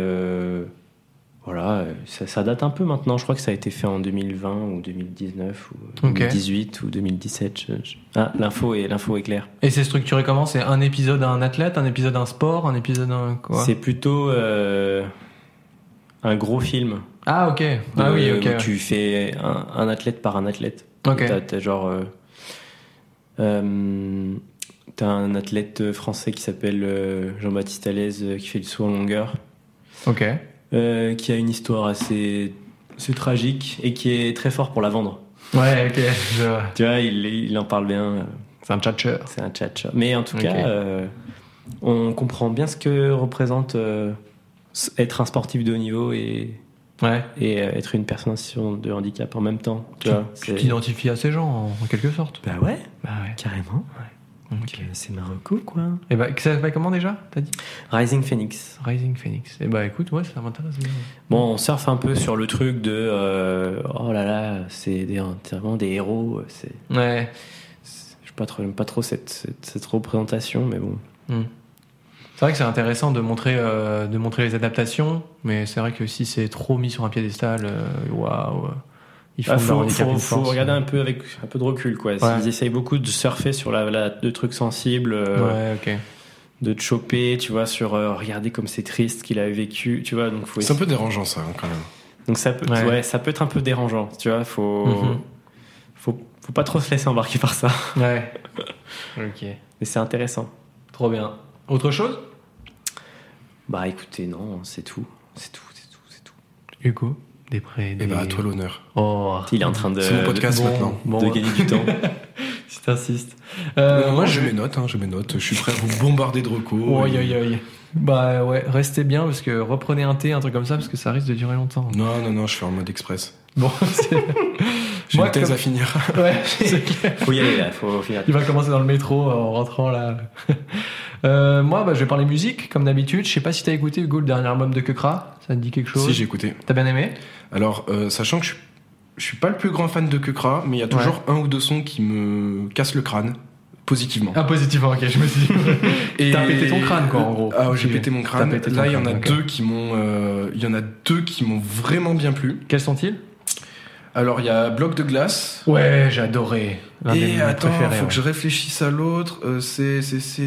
voilà, ça date un peu maintenant. Je crois que ça a été fait en 2020 ou 2019 ou 2018 ou 2017. Ah, l'info est claire. Et c'est structuré comment ? C'est un épisode à un athlète, un épisode à un sport, un épisode à un quoi ? C'est plutôt un gros film. Ah ok. Ah oui, ok. Où tu fais un athlète par un athlète. Ok. T'as genre t'as un athlète français qui s'appelle Jean-Baptiste Alez qui fait le saut en longueur. Ok. Qui a une histoire assez tragique et qui est très fort pour la vendre. Ouais, ok. Tu vois, il en parle bien. C'est un tchatcheur. Mais en tout cas, on comprend bien ce que représente être un sportif de haut niveau et Ouais. être une personne en situation de handicap en même temps. Tu vois, Tu t'identifies à ces gens en quelque sorte. Bah ouais, Bah ouais. carrément. Donc Ok. c'est Marocco quoi. Et bah, ça s'appelle comment déjà, t'as dit? Rising Phoenix. Rising Phoenix. Et bah écoute, ouais, ça m'intéresse bien. Bon, on surfe un peu sur le truc de oh là là, c'est vraiment des héros. Ouais. J'aime pas trop cette représentation, mais bon. C'est vrai que c'est intéressant de montrer les adaptations, mais c'est vrai que si c'est trop mis sur un piédestal, waouh, ils font de leur handicap une Faut force. regarder un peu avec un peu de recul, quoi. Ouais. Ils essayent beaucoup de surfer sur de trucs sensibles, Ouais, ok. de te choper, tu vois, sur regarder comme c'est triste qu'il a vécu, tu vois. Donc C'est un peu dérangeant ça quand même. Donc ça peut, ça peut être un peu dérangeant, tu vois. Mhm. Faut pas trop se laisser embarquer par ça. Ouais. Ok. Mais c'est intéressant. Trop bien. Autre chose? Bah écoutez, non, c'est tout. Hugo, des prêts. Et bah à toi l'honneur. Oh. Il est en train de, C'est mon podcast maintenant. de gagner du temps. Si t'insistes. Moi j'ai mes notes, je suis prêt à vous bombarder de recos. Oi. Bah ouais, restez bien parce que reprenez un thé, un truc comme ça, parce que ça risque de durer longtemps. Non, je suis en mode express. Bon, J'ai Moi, une thèse comme- à finir. ouais, c'est clair. Faut y aller là, faut finir. Il va commencer dans le métro en rentrant là. Moi, bah, je vais parler musique comme d'habitude. Je sais pas si t'as écouté Hugo le dernier album de Keukra. Ça te dit quelque chose? Si j'ai écouté. T'as bien aimé? Alors, sachant que je suis pas le plus grand fan de Keukra, mais il y a toujours un ou deux sons qui me cassent le crâne, positivement. Ah, positivement, ok, je me suis dit. Et T'as pété ton crâne, quoi, en gros. Ah, j'ai pété mon crâne. T'as pété ton Là, il y en a crâne, ok. il y en a deux qui m'ont vraiment bien plu. Quels sont-ils? Alors, il y a Bloc de glace. Ouais, j'ai adoré. L'un de Et mes attends, préférés, faut ouais. que je réfléchisse à l'autre. C'est.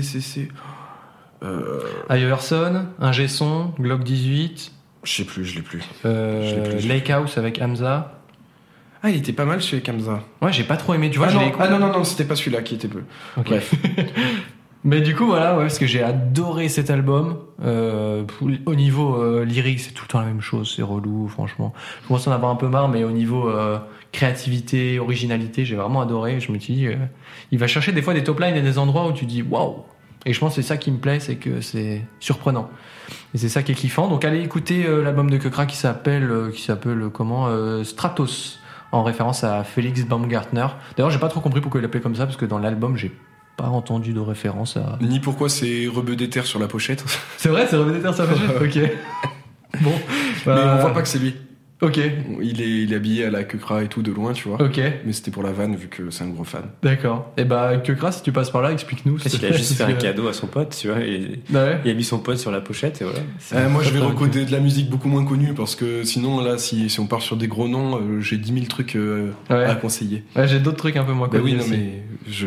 Iverson, Ingé Son, Glock 18, Je sais plus, je l'ai plus. Je l'ai plus. Lake House avec Hamza. Ah, il était pas mal celui avec Hamza. Ouais, j'ai pas trop aimé. Tu vois, ah, je l'ai non, écouté. non, c'était pas celui-là qui était peu. Ok. Bref. Mais du coup, voilà, ouais, parce que j'ai adoré cet album. Au niveau lyrique, c'est tout le temps la même chose, c'est relou, franchement. Je commence à en avoir un peu marre, mais au niveau créativité, originalité, j'ai vraiment adoré. Je me suis dit, il va chercher des fois des top lines et des endroits où tu dis waouh. Et je pense que c'est ça qui me plaît, c'est que c'est surprenant. Et c'est ça qui est kiffant. Donc allez écouter l'album de Keukra qui s'appelle comment Stratos, en référence à Félix Baumgartner. D'ailleurs, j'ai pas trop compris pourquoi il l'appelait comme ça, parce que dans l'album, j'ai pas entendu de référence à. Ni pourquoi c'est rebeu d'éther sur la pochette. C'est vrai, c'est René Terre, ça fait. Ok. Bon. Mais on voit pas que c'est lui. Ok. Il est habillé à la Keukra et tout de loin, tu vois. Ok. Mais c'était pour la vanne vu que c'est un gros fan. D'accord. Et bah, Keukra, si tu passes par là, explique-nous. Parce qu'il a juste fait un cadeau à son pote, tu vois. Et Bah ouais. il a mis son pote sur la pochette et voilà. Moi je vais recoder de la musique beaucoup moins connue parce que sinon là si on part sur des gros noms j'ai 10 000 trucs Ouais. à conseiller. Ouais, j'ai d'autres trucs un peu moins Bah connus. oui non aussi. mais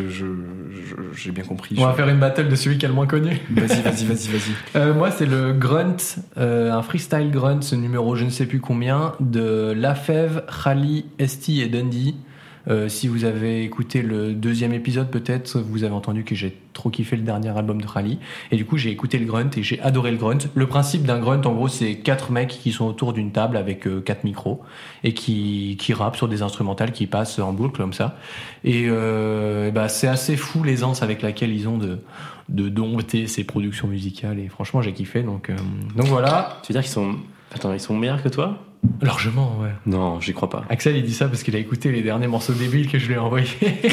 j'ai bien compris. On va faire une battle de celui qui est le moins connu. Vas-y. Moi, c'est le Grunt, un freestyle Grunt, ce numéro je ne sais plus combien, de Lafèvre, Khali, Esti et Dundee. Si vous avez écouté le deuxième épisode, peut-être vous avez entendu que j'ai trop kiffé le dernier album de Khali. Et du coup, j'ai écouté le Grunt et j'ai adoré le Grunt. Le principe d'un Grunt, en gros, c'est 4 mecs qui sont autour d'une table avec 4 micros et qui rappent sur des instrumentales qui passent en boucle comme ça. Et bah, c'est assez fou l'aisance avec laquelle ils ont de dompter ces productions musicales. Et franchement, j'ai kiffé. Donc voilà. Tu veux dire qu'ils sont. Attends, ils sont meilleurs que toi? Largement, ouais. Non, j'y crois pas. Axel, il dit ça parce qu'il a écouté les derniers morceaux débiles que je lui ai envoyés.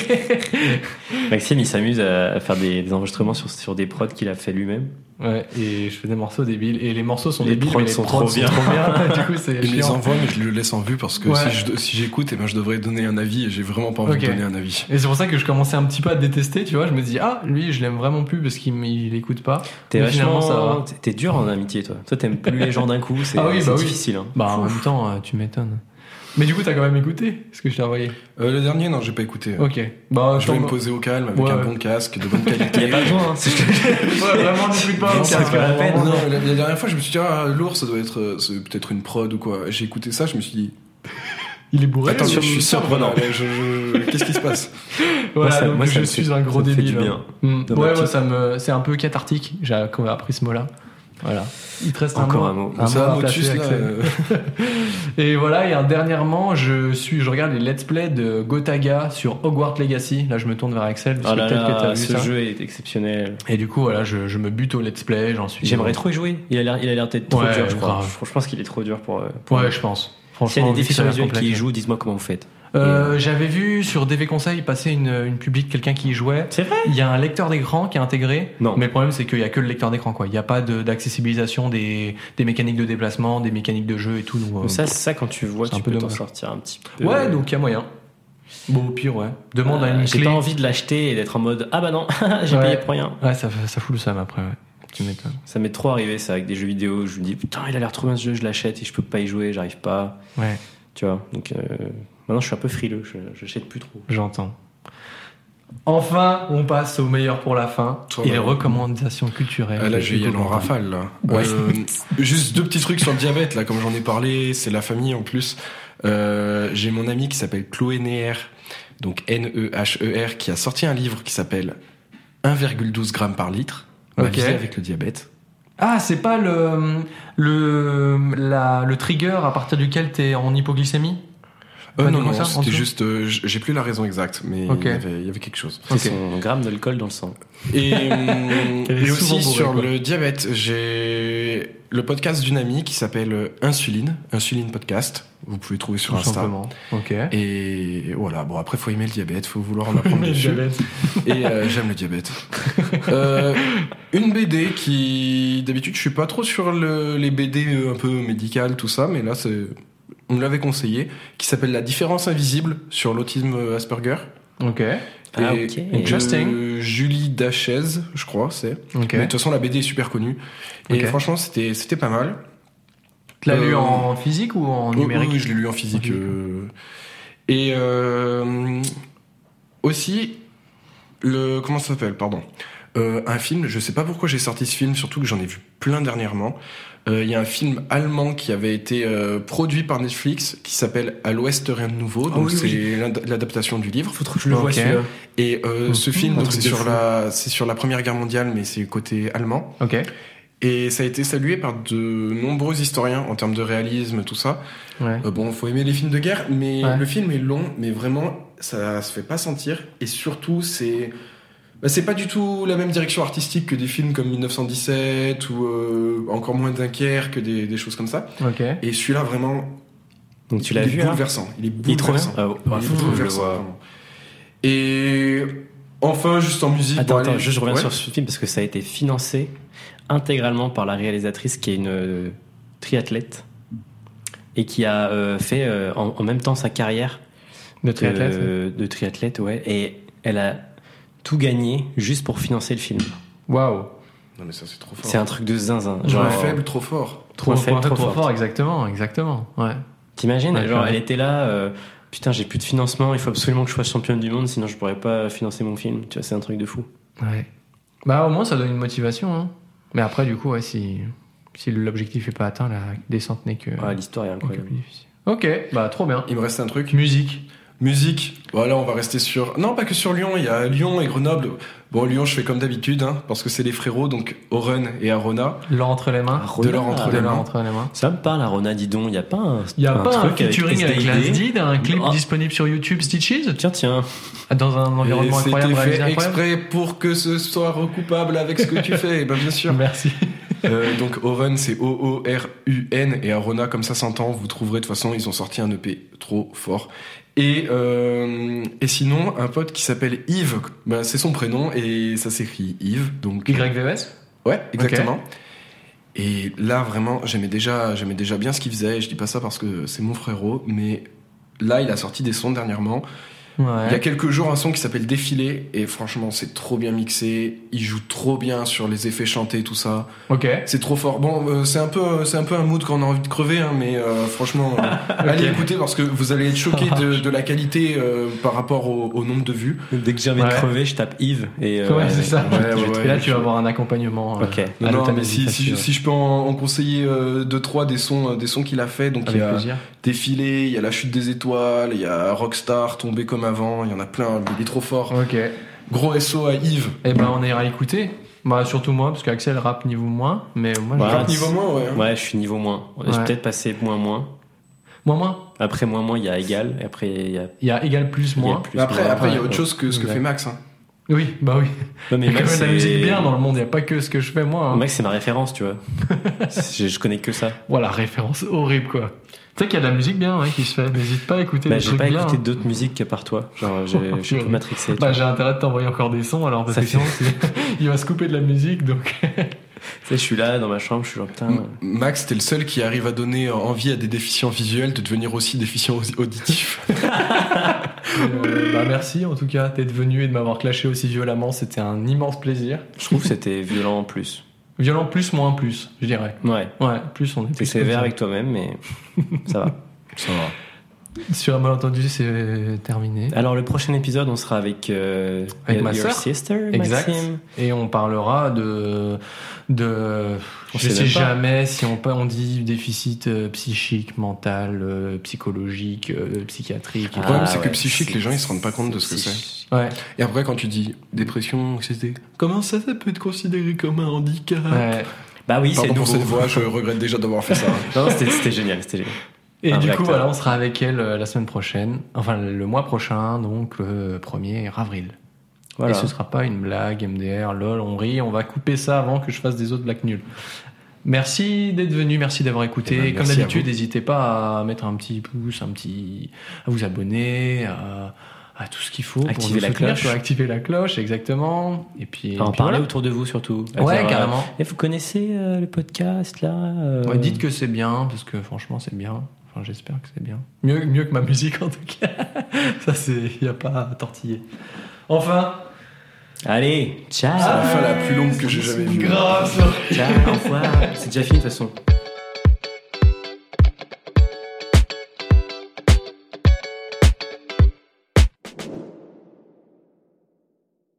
Maxime, il s'amuse à faire des enregistrements sur des prods qu'il a fait lui-même. Ouais, et je fais des morceaux débiles. Et les morceaux sont Les débiles, prods mais les sont prods trop bien. Du coup, c'est Il me les chiant. envoie mais je le laisse en vue parce que Ouais. si j'écoute je devrais donner un avis et j'ai vraiment pas envie Ok. de donner un avis. Et c'est pour ça que je commençais un petit peu à détester, tu vois. Je me dis, ah, lui, je l'aime vraiment plus parce qu'il écoute pas. T'es Mais finalement, ça vachement. va. T'es dur en amitié, toi. Toi, t'aimes plus les gens d'un coup. C'est Ah oui, c'est bah oui. difficile. Hein. Bah, en même temps, tu m'étonnes. Mais du coup, t'as quand même écouté ce que je t'ai envoyé. Le dernier non j'ai pas écouté. Ok. Bah, Je vais t'en- me poser au calme avec Ouais. un bon casque de bonne Il qualité. n'y a pas besoin. Hein. Ouais, vraiment, n'écoute pas. Non, au ça casque, vaut la peine. vraiment. Non, la dernière fois je me suis dit l'ours ça doit être c'est peut-être une prod ou quoi. J'ai écouté ça je me suis dit Il est bourré. attends ou- je suis surprenant. surprenant. Qu'est-ce qui se passe? Voilà, ça- donc moi, ça je me suis fait- un gros ça me fait débile. du bien. Mm. Dans ma Ouais, petite- c'est un peu cathartique. J'ai appris ce mot-là. Voilà. Il te reste Encore un mot. C'est mot un à motus, placer, là. Axel. Et voilà, et dernièrement, je regarde les let's play de Gotaga sur Hogwarts Legacy. Là, je me tourne vers Axel, parce Oh là que peut-être que t'as là, vu ce ça. jeu est exceptionnel. Et du coup, voilà, je me bute au let's play, j'en suis... J'aimerais trop y jouer. Il a l'air d'être trop Ouais, dur, je crois. grave. Je pense qu'il est trop dur pour. Ouais, je pense. S'il y a Franchement, des vu que ça déficients a l'air visuels qui y compliqué. jouent, dites-moi comment vous faites. J'avais vu sur DV Conseil passer une public, quelqu'un qui y jouait. C'est vrai? Il y a un lecteur d'écran qui est intégré. Non. Mais le problème, c'est qu'il y a que le lecteur d'écran, quoi. Il n'y a pas d'accessibilisation des mécaniques de déplacement, des mécaniques de jeu et tout. Donc, Ça, quand tu vois, c'est un tu peu peux t'en dommage. sortir un petit peu. ouais, donc il y a moyen. Bon, au pire, ouais. Demande à une J'ai clé. pas envie de l'acheter et d'être en mode ah bah non, j'ai Ouais. payé pour rien. Ouais, ça fout le seum après, ouais. Tu m'étonnes. Ça m'est trop arrivé ça avec des jeux vidéo. Je me dis putain, il a l'air trop bien ce jeu, je l'achète et je peux pas y jouer, j'arrive pas. Ouais, Tu vois. Donc maintenant, je suis un peu frileux. Je l'achète plus trop. j'entends. Enfin, on passe au meilleur pour la fin. Toi, Et les bah, recommandations culturelles. Ah, là, je vais y aller en rafale, là. Ouais. Juste 2 petits trucs sur le diabète, là, comme j'en ai parlé, c'est la famille en plus. J'ai mon ami qui s'appelle Chloé Neher, donc Neher, qui a sorti un livre qui s'appelle 1,12 grammes par litre. Ma Ok. vie avec le diabète. Ah, c'est pas le trigger à partir duquel t'es en hypoglycémie? Pas Non, du non, tout ça, en c'était dessous juste, j'ai plus la raison exacte, mais Ok. il y avait quelque chose. C'est son gramme d'alcool dans le sang. Et, Elle est et souvent aussi bourrée, sur quoi. le diabète, j'ai le podcast d'une amie qui s'appelle Insuline Podcast. Vous pouvez trouver sur Tout Insta. simplement. Ok. Et voilà, bon après faut aimer le diabète, faut vouloir en apprendre dessus. Et j'aime le diabète. Une BD qui, d'habitude je suis pas trop sur les BD un peu médicales, tout ça, mais là on me l'avait conseillé, qui s'appelle La différence invisible sur l'autisme Asperger. Ok. Ah, Et ok. de Julie Dachez, je crois, c'est. Ok. Mais de toute façon, la BD est super connue. Et Ok. franchement, c'était pas mal. Tu l'as lu Euh, en physique ou en Oui, numérique? oui, je l'ai lu en physique. Ok. Et aussi, comment ça s'appelle, pardon. Un film, je sais pas pourquoi j'ai sorti ce film, surtout que j'en ai vu plein dernièrement. Il y a un film allemand qui avait été produit par Netflix qui s'appelle À l'Ouest rien de nouveau, donc oui, c'est l'adaptation du livre. Faut trop que je le vois Ok. celui-là. Et ce film, un donc truc c'est de sur fou. c'est sur la Première Guerre mondiale, mais c'est côté allemand. Ok. Et ça a été salué par de nombreux historiens en termes de réalisme, tout ça. Ouais. Bon, faut aimer les films de guerre, mais Ouais. le film est long, mais vraiment, ça se fait pas sentir. Et surtout, c'est pas du tout la même direction artistique que des films comme 1917 ou encore moins Dunkerque, des choses comme ça. Ok. Et celui-là, vraiment, Donc tu l'as il vu est hein bouleversant. Il est Il est trop bien. bouleversant. Ah, ouais, Il est faut que je le bouleversant, vois. vraiment. Et enfin, juste en musique. Attends, bon, allez, je reviens ouais. sur ce film parce que ça a été financé intégralement par la réalisatrice qui est une triathlète et qui a fait en même temps sa carrière De triathlète. de triathlète, ouais, et elle a tout gagné juste pour financer le film. Waouh. Non, mais ça, c'est trop fort. C'est un truc de zinzin. Genre Genre, faible, trop fort. trop faible, trop trop fort. fort, exactement, exactement. Ouais. T'imagines, Ouais, genre ouais. elle était là, putain, j'ai plus de financement, il faut absolument que je sois championne du monde, sinon je pourrais pas financer mon film. Tu vois, c'est un truc de fou. Ouais. Bah au moins ça donne une motivation. Hein. Mais après du coup, ouais, si l'objectif est pas atteint, la descente n'est que Ouais, l'histoire est que incroyable. plus difficile. Ok, bah trop bien. Il me reste un truc. Musique. Musique, voilà, on va rester sur... Non, pas que sur Lyon, il y a Lyon et Grenoble. Bon, Lyon, je fais comme d'habitude, hein, parce que c'est les frérots, donc Oren et Arona. L'or entre les mains. Arona. De l'or entre De les l'or mains. entre les mains. Ça me parle, Arona, dis donc, il y a pas un Il y a pas un truc featuring avec SDID? Lasdid, un clip Ah. disponible sur YouTube, Stitches, Tiens. dans un environnement Et incroyable, c'était réalisé fait incroyable. exprès pour que ce soit recoupable avec ce que tu fais, et ben bien sûr. Merci. Donc Oren, c'est O-O-R-U-N, et Arona, comme ça s'entend, vous trouverez, de toute façon, ils ont sorti un EP trop fort. Et sinon, un pote qui s'appelle Yves, bah, c'est son prénom, et ça s'écrit Yves, donc... YVS. Ouais, exactement. Et là, vraiment, j'aimais déjà bien ce qu'il faisait. Je dis pas ça parce que c'est mon frérot, mais là, il a sorti des sons dernièrement. Il y a Ouais. quelques jours, un son qui s'appelle Défilé, et franchement, c'est trop bien mixé. Il joue trop bien sur les effets chantés, tout ça. Ok. C'est trop fort. Bon, c'est un peu un mood quand on a envie de crever, hein, mais franchement, allez écouter parce que vous allez être choqué de la qualité par rapport au nombre de vues. Dès que j'ai envie Ouais. de crever, je tape Yves. Et, Ouais, c'est ça. ouais, Et là, tu vas avoir un accompagnement. Ok. à Non, mais l'euthanasie facile, si je peux en conseiller 2-3 des sons qu'il a fait, donc il y avec a plaisir. Défilé, il y a La Chute des Étoiles, il y a Rockstar, Tombé comme avant, il y en a plein, il est trop fort. Ok. Gros SO à Yves. Eh ben, on ira écouter. Bah, surtout moi, parce qu'Axel rappe niveau moins, mais moi, Voilà. je Rap niveau moins, ouais. Ouais, je suis niveau moins. Je vais Ouais. peut-être passer moins. moins. Après moins, il y a égal. Et après, il y a Il y a égal plus il y a moins. plus. Après, il y a Ouais. autre chose que ce que Exact. fait Max. Hein. Oui, bah oui. Ouais, mais Il y a quand Max, même de la c'est- musique bien dans le monde, il n'y a pas que ce que je fais moi. Hein. Max, c'est ma référence, tu vois. je connais que ça. Voilà, référence horrible quoi. Tu sais qu'il y a de la musique bien qui se fait, n'hésite pas à écouter Bah, des j'ai trucs pas bien. écouté Hein. d'autres musiques qu'à part toi. Genre, je suis un peu matrixé. tu Bah, vois. j'ai intérêt de t'envoyer encore des sons alors parce Ça que fait- sinon il va se couper de la musique donc. Tu sais, je suis là dans ma chambre, je suis genre putain. Max, t'es le seul qui arrive à donner envie à des déficients visuels de devenir aussi déficients auditifs. Bah merci en tout cas d'être venu et de m'avoir clashé aussi violemment, c'était un immense plaisir. Je trouve que c'était violent en plus. Violent plus, moins plus, je dirais. Ouais. Ouais, plus on était. T'es sévère avec toi-même, mais ça va. Ça va. Sur un malentendu, c'est terminé. Alors le prochain épisode, on sera avec Avec ma your sœur. sister, Exact. Maxime. Et on parlera de On je sait sais même pas. jamais si on dit déficit psychique, mental, psychologique, psychiatrique. Le problème, c'est que ouais, psychique, les gens, ils se rendent pas compte de ce que c'est. Ouais. Et après, quand tu dis dépression, anxiété, comment ça peut être considéré comme un handicap? Ouais. Bah oui, c'est Pardon pour nouveau. cette voix, je regrette déjà d'avoir fait ça. Non, c'était génial, c'était génial. Et Un du vrai coup, acteur. voilà, on sera avec elle la semaine prochaine, enfin le mois prochain, donc le 1er avril. Voilà. Et ce sera pas une blague, MDR, lol, on rit, on va couper ça avant que je fasse des autres blagues nulles. Merci d'être venu, merci d'avoir écouté. Eh ben, Comme merci à d'habitude, vous. n'hésitez pas à mettre un petit pouce, à vous abonner, à tout ce qu'il faut Activer pour nous la soutenir, cloche. quoi. Activer la cloche, exactement. Et puis, En puis parler voilà. autour de vous surtout. À Ouais, dire, carrément. Et vous connaissez le podcast là Ouais, dites que c'est bien, parce que franchement, c'est bien. Enfin, j'espère que c'est bien. Mieux que ma musique, en tout cas. Ça, il n'y a pas à tortiller. Enfin, Allez, ciao. C'est la fin la plus longue que j'ai jamais vue. grave, ça. Ciao, au revoir. C'est déjà fini de toute façon.